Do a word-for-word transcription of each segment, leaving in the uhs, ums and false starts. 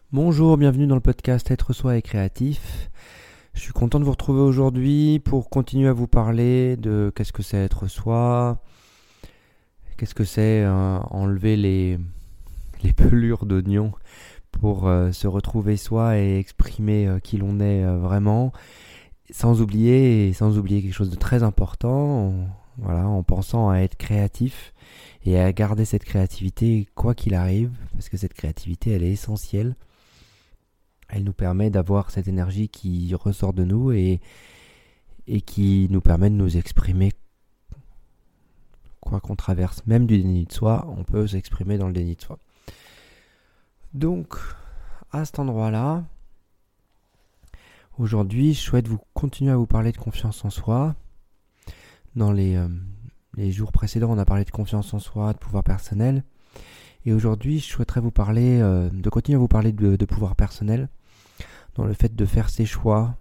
Bonjour, bienvenue dans le podcast Être Soi et Créatif. Je suis content de vous retrouver aujourd'hui pour continuer à vous parler de qu'est-ce que c'est être soi, qu'est-ce que c'est euh, enlever les, les pelures d'oignon pour euh, se retrouver soi et exprimer euh, qui l'on est euh, vraiment, sans oublier, et sans oublier quelque chose de très important, en, voilà, en pensant à être créatif et à garder cette créativité quoi qu'il arrive, parce que cette créativité elle est essentielle. Elle nous permet d'avoir cette énergie qui ressort de nous et, et qui nous permet de nous exprimer quoi qu'on traverse. Même du déni de soi, on peut s'exprimer dans le déni de soi. Donc, à cet endroit-là, aujourd'hui, je souhaite vous continuer à vous parler de confiance en soi. Dans les, euh, les jours précédents, on a parlé de confiance en soi, de pouvoir personnel. Et aujourd'hui, je souhaiterais vous parler, euh, de continuer à vous parler de, de pouvoir personnel. Dans le fait de faire ses choix.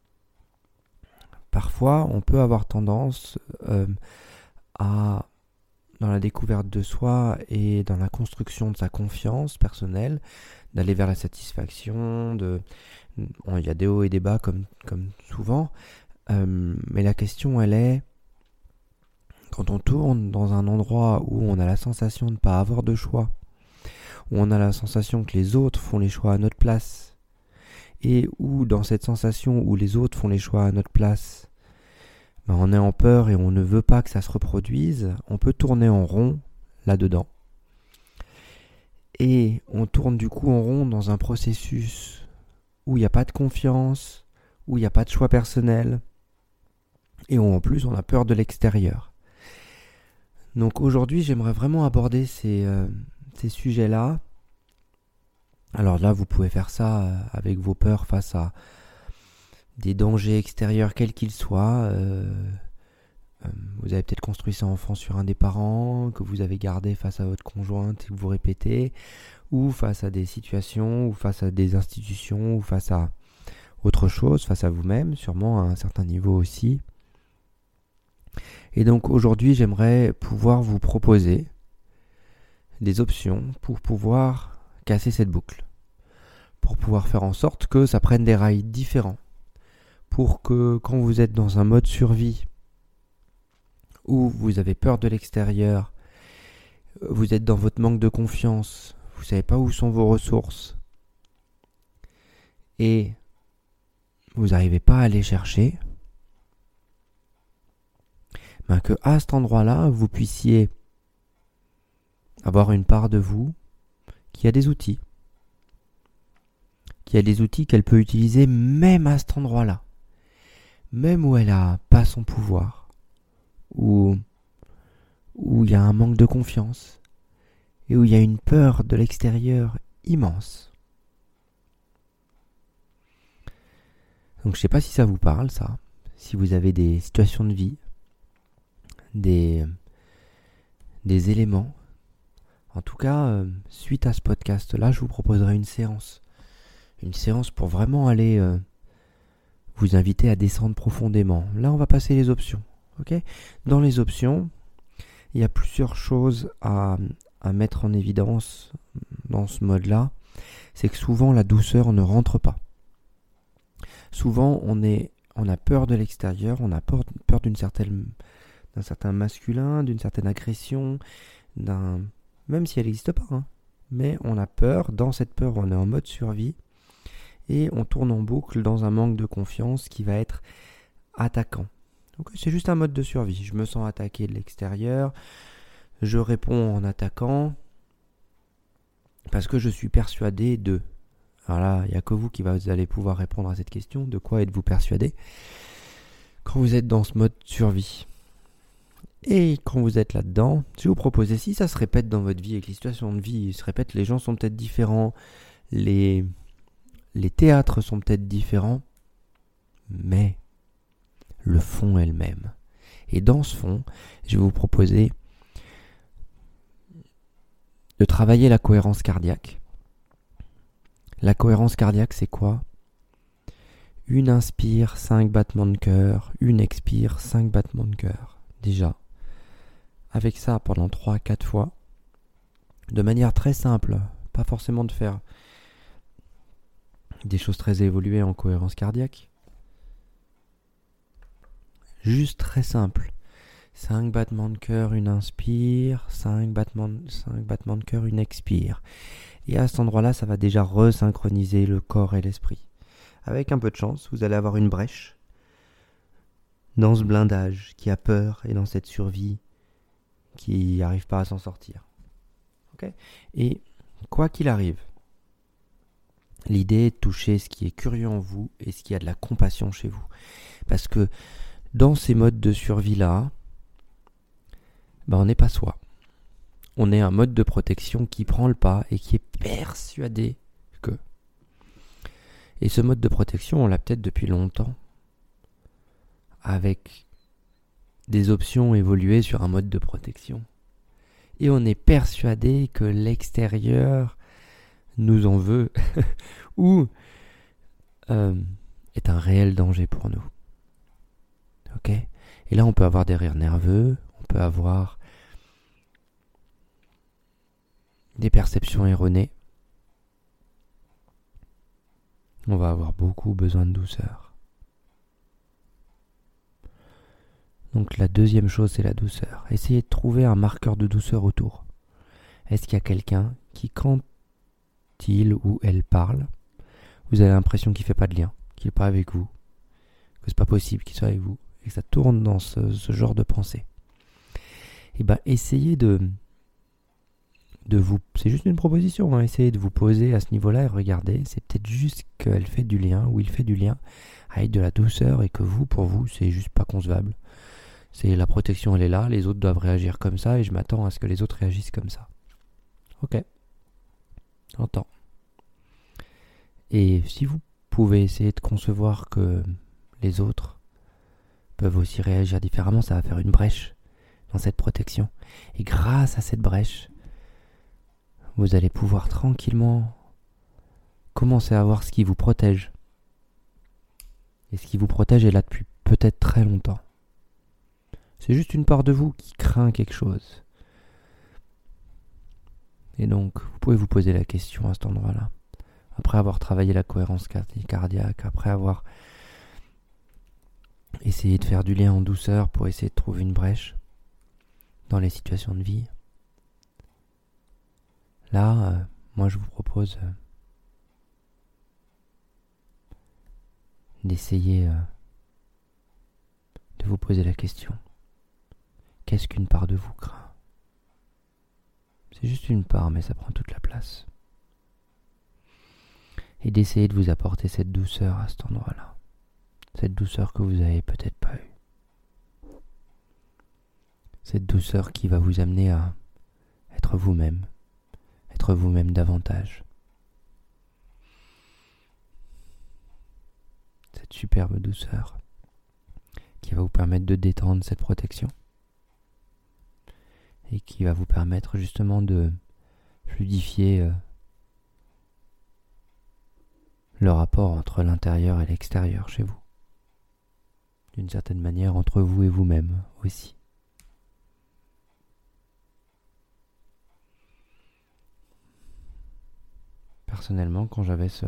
Parfois, on peut avoir tendance euh, à, dans la découverte de soi et dans la construction de sa confiance personnelle, d'aller vers la satisfaction. De, bon, il y a des hauts et des bas comme, comme souvent, euh, mais la question elle est, quand on tourne dans un endroit où on a la sensation de ne pas avoir de choix, où on a la sensation que les autres font les choix à notre place, et où dans cette sensation où les autres font les choix à notre place, ben on est en peur et on ne veut pas que ça se reproduise, on peut tourner en rond là-dedans. Et on tourne du coup en rond dans un processus où il n'y a pas de confiance, où il n'y a pas de choix personnel, et où en plus on a peur de l'extérieur. Donc aujourd'hui j'aimerais vraiment aborder ces, euh, ces sujets-là. Alors là, vous pouvez faire ça avec vos peurs face à des dangers extérieurs, quels qu'ils soient. Euh, euh, vous avez peut-être construit ça enfant sur un des parents, que vous avez gardé face à votre conjointe et que vous répétez, ou face à des situations, ou face à des institutions, ou face à autre chose, face à vous-même, sûrement à un certain niveau aussi. Et donc aujourd'hui, j'aimerais pouvoir vous proposer des options pour pouvoir casser cette boucle, pour pouvoir faire en sorte que ça prenne des rails différents, pour que quand vous êtes dans un mode survie, où vous avez peur de l'extérieur, vous êtes dans votre manque de confiance, vous ne savez pas où sont vos ressources, et vous n'arrivez pas à les chercher, ben que à cet endroit-là, vous puissiez avoir une part de vous qui a des outils, qui a des outils qu'elle peut utiliser même à cet endroit-là, même où elle n'a pas son pouvoir, où, où il y a un manque de confiance, et où il y a une peur de l'extérieur immense. Donc je ne sais pas si ça vous parle, ça, si vous avez des situations de vie, des, des éléments. En tout cas, euh, suite à ce podcast-là, je vous proposerai une séance. Une séance pour vraiment aller euh, vous inviter à descendre profondément. Là, on va passer les options. Okay ? Dans les options, il y a plusieurs choses à, à mettre en évidence dans ce mode-là. C'est que souvent, la douceur ne rentre pas. Souvent, on, est, on a peur de l'extérieur, on a peur, peur d'une certaine, d'un certain masculin, d'une certaine agression, d'un... même si elle n'existe pas, hein. Mais on a peur, dans cette peur on est en mode survie, et on tourne en boucle dans un manque de confiance qui va être attaquant. Donc c'est juste un mode de survie, je me sens attaqué de l'extérieur, je réponds en attaquant, parce que je suis persuadé de... Alors là, il n'y a que vous qui allez pouvoir répondre à cette question, de quoi êtes-vous persuadé quand vous êtes dans ce mode survie ? Et quand vous êtes là-dedans, je vais vous proposer, si ça se répète dans votre vie, avec les situations de vie se répètent, les gens sont peut-être différents, les, les théâtres sont peut-être différents, mais le fond est le même. Et dans ce fond, je vais vous proposer de travailler la cohérence cardiaque. La cohérence cardiaque, c'est quoi ? Une inspire, cinq battements de cœur, une expire, cinq battements de cœur. Déjà. Avec ça pendant trois à quatre fois, de manière très simple, pas forcément de faire des choses très évoluées en cohérence cardiaque. Juste très simple. cinq battements de cœur, une inspire, cinq battements, cinq battements de cœur, une expire. Et à cet endroit-là, ça va déjà resynchroniser le corps et l'esprit. Avec un peu de chance, vous allez avoir une brèche dans ce blindage qui a peur et dans cette survie qui n'arrive pas à s'en sortir. Okay ? Et quoi qu'il arrive, l'idée est de toucher ce qui est curieux en vous et ce qui a de la compassion chez vous. Parce que dans ces modes de survie-là, ben on n'est pas soi. On est un mode de protection qui prend le pas et qui est persuadé que. Et ce mode de protection, on l'a peut-être depuis longtemps, avec des options évoluées sur un mode de protection. Et on est persuadé que l'extérieur nous en veut ou euh, est un réel danger pour nous. Ok ? Et là, on peut avoir des rires nerveux, on peut avoir des perceptions erronées. On va avoir beaucoup besoin de douceur. Donc la deuxième chose, c'est la douceur. Essayez de trouver un marqueur de douceur autour. Est-ce qu'il y a quelqu'un qui, quand il ou elle parle, vous avez l'impression qu'il ne fait pas de lien, qu'il n'est pas avec vous, que c'est pas possible qu'il soit avec vous, et que ça tourne dans ce, ce genre de pensée? Et ben essayez de, de vous... C'est juste une proposition, hein, essayez de vous poser à ce niveau-là et regardez, c'est peut-être juste qu'elle fait du lien, ou il fait du lien avec de la douceur, et que vous, pour vous, c'est juste pas concevable. C'est la protection, elle est là, les autres doivent réagir comme ça, et je m'attends à ce que les autres réagissent comme ça. Ok. J'entends. Et si vous pouvez essayer de concevoir que les autres peuvent aussi réagir différemment, ça va faire une brèche dans cette protection. Et grâce à cette brèche, vous allez pouvoir tranquillement commencer à voir ce qui vous protège. Et ce qui vous protège est là depuis peut-être très longtemps. C'est juste une part de vous qui craint quelque chose. Et donc, vous pouvez vous poser la question à cet endroit-là. Après avoir travaillé la cohérence cardiaque, après avoir essayé de faire du lien en douceur pour essayer de trouver une brèche dans les situations de vie. Là, euh, moi je vous propose euh, d'essayer euh, de vous poser la question. Qu'est-ce qu'une part de vous craint ? C'est juste une part, mais ça prend toute la place. Et d'essayer de vous apporter cette douceur à cet endroit-là. Cette douceur que vous avez peut-être pas eue. Cette douceur qui va vous amener à être vous-même. Être vous-même davantage. Cette superbe douceur qui va vous permettre de détendre cette protection. Et qui va vous permettre justement de fluidifier euh, le rapport entre l'intérieur et l'extérieur chez vous. D'une certaine manière, entre vous et vous-même aussi. Personnellement, quand j'avais ce,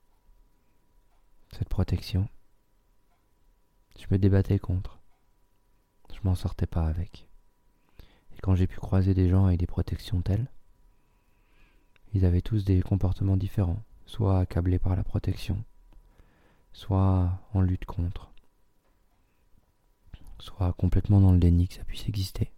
cette protection, je me débattais contre. Je m'en sortais pas avec. Et quand j'ai pu croiser des gens avec des protections telles, ils avaient tous des comportements différents, soit accablés par la protection, soit en lutte contre, soit complètement dans le déni que ça puisse exister.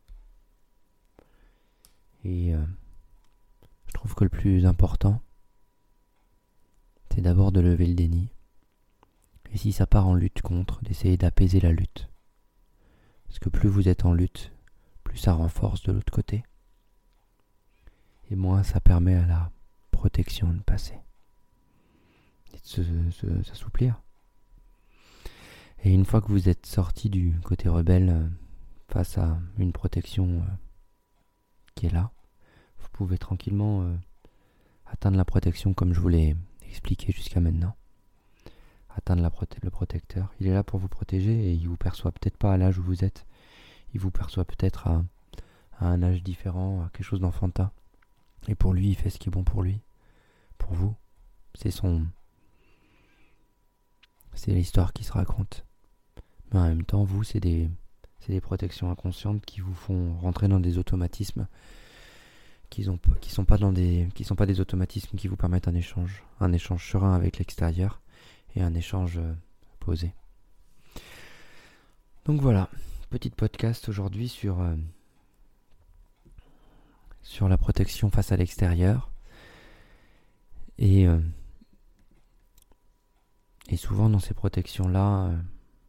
Et euh, je trouve que le plus important, c'est d'abord de lever le déni. Et si ça part en lutte contre, d'essayer d'apaiser la lutte. Parce que plus vous êtes en lutte, plus ça renforce de l'autre côté. Et moins ça permet à la protection de passer. Et de se, se, s'assouplir. Et une fois que vous êtes sorti du côté rebelle euh, face à une protection euh, qui est là, vous pouvez tranquillement euh, atteindre la protection comme je vous l'ai expliqué jusqu'à maintenant. Atteindre la prote- le protecteur. Il est là pour vous protéger et il vous perçoit peut-être pas à l'âge où vous êtes. Il vous perçoit peut-être à, à un âge différent, à quelque chose d'enfantin. Et pour lui, il fait ce qui est bon pour lui. Pour vous, c'est son, c'est l'histoire qui se raconte. Mais en même temps, vous, c'est des, c'est des protections inconscientes qui vous font rentrer dans des automatismes qui ont, qui sont pas dans des, qui sont pas des automatismes qui vous permettent un échange, un échange serein avec l'extérieur et un échange euh, posé. Donc voilà, petit podcast aujourd'hui sur euh, sur la protection face à l'extérieur et euh, et souvent dans ces protections-là, euh,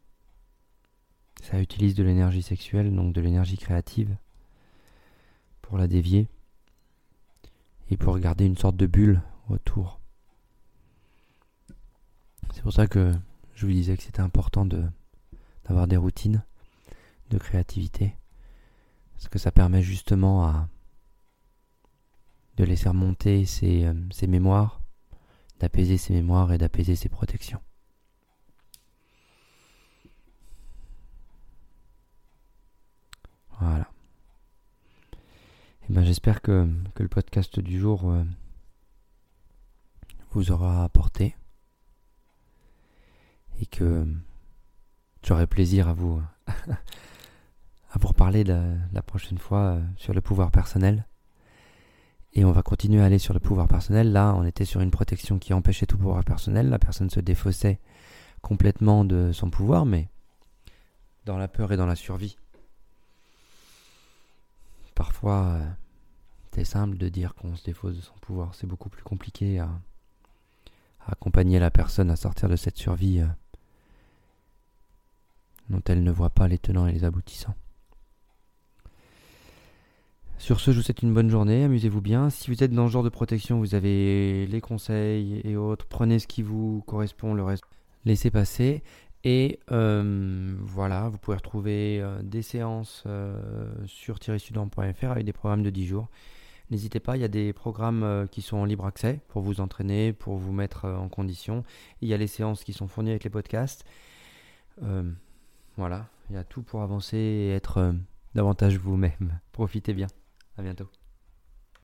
ça utilise de l'énergie sexuelle, donc de l'énergie créative, pour la dévier et pour garder une sorte de bulle autour. C'est pour ça que je vous disais que c'était important de, d'avoir des routines de créativité, parce que ça permet justement à de laisser remonter ses, euh, ses mémoires, d'apaiser ses mémoires et d'apaiser ses protections. Voilà. Et ben j'espère que, que le podcast du jour euh, vous aura apporté et que j'aurai plaisir à vous à vous reparler la, la prochaine fois euh, sur le pouvoir personnel. Et on va continuer à aller sur le pouvoir personnel. Là, on était sur une protection qui empêchait tout pouvoir personnel. La personne se défaussait complètement de son pouvoir, mais dans la peur et dans la survie. Parfois, euh, c'est simple de dire qu'on se défausse de son pouvoir. C'est beaucoup plus compliqué à, à accompagner la personne à sortir de cette survie euh, dont elle ne voit pas les tenants et les aboutissants. Sur ce, je vous souhaite une bonne journée, amusez-vous bien. Si vous êtes dans ce genre de protection, vous avez les conseils et autres, prenez ce qui vous correspond, le reste, laissez passer. Et euh, voilà, vous pouvez retrouver euh, des séances euh, sur tiret sudam point f r avec des programmes de dix jours. N'hésitez pas, il y a des programmes euh, qui sont en libre accès pour vous entraîner, pour vous mettre euh, en condition. Et il y a les séances qui sont fournies avec les podcasts. Euh, voilà, il y a tout pour avancer et être euh, davantage vous-même. Profitez bien. À bientôt.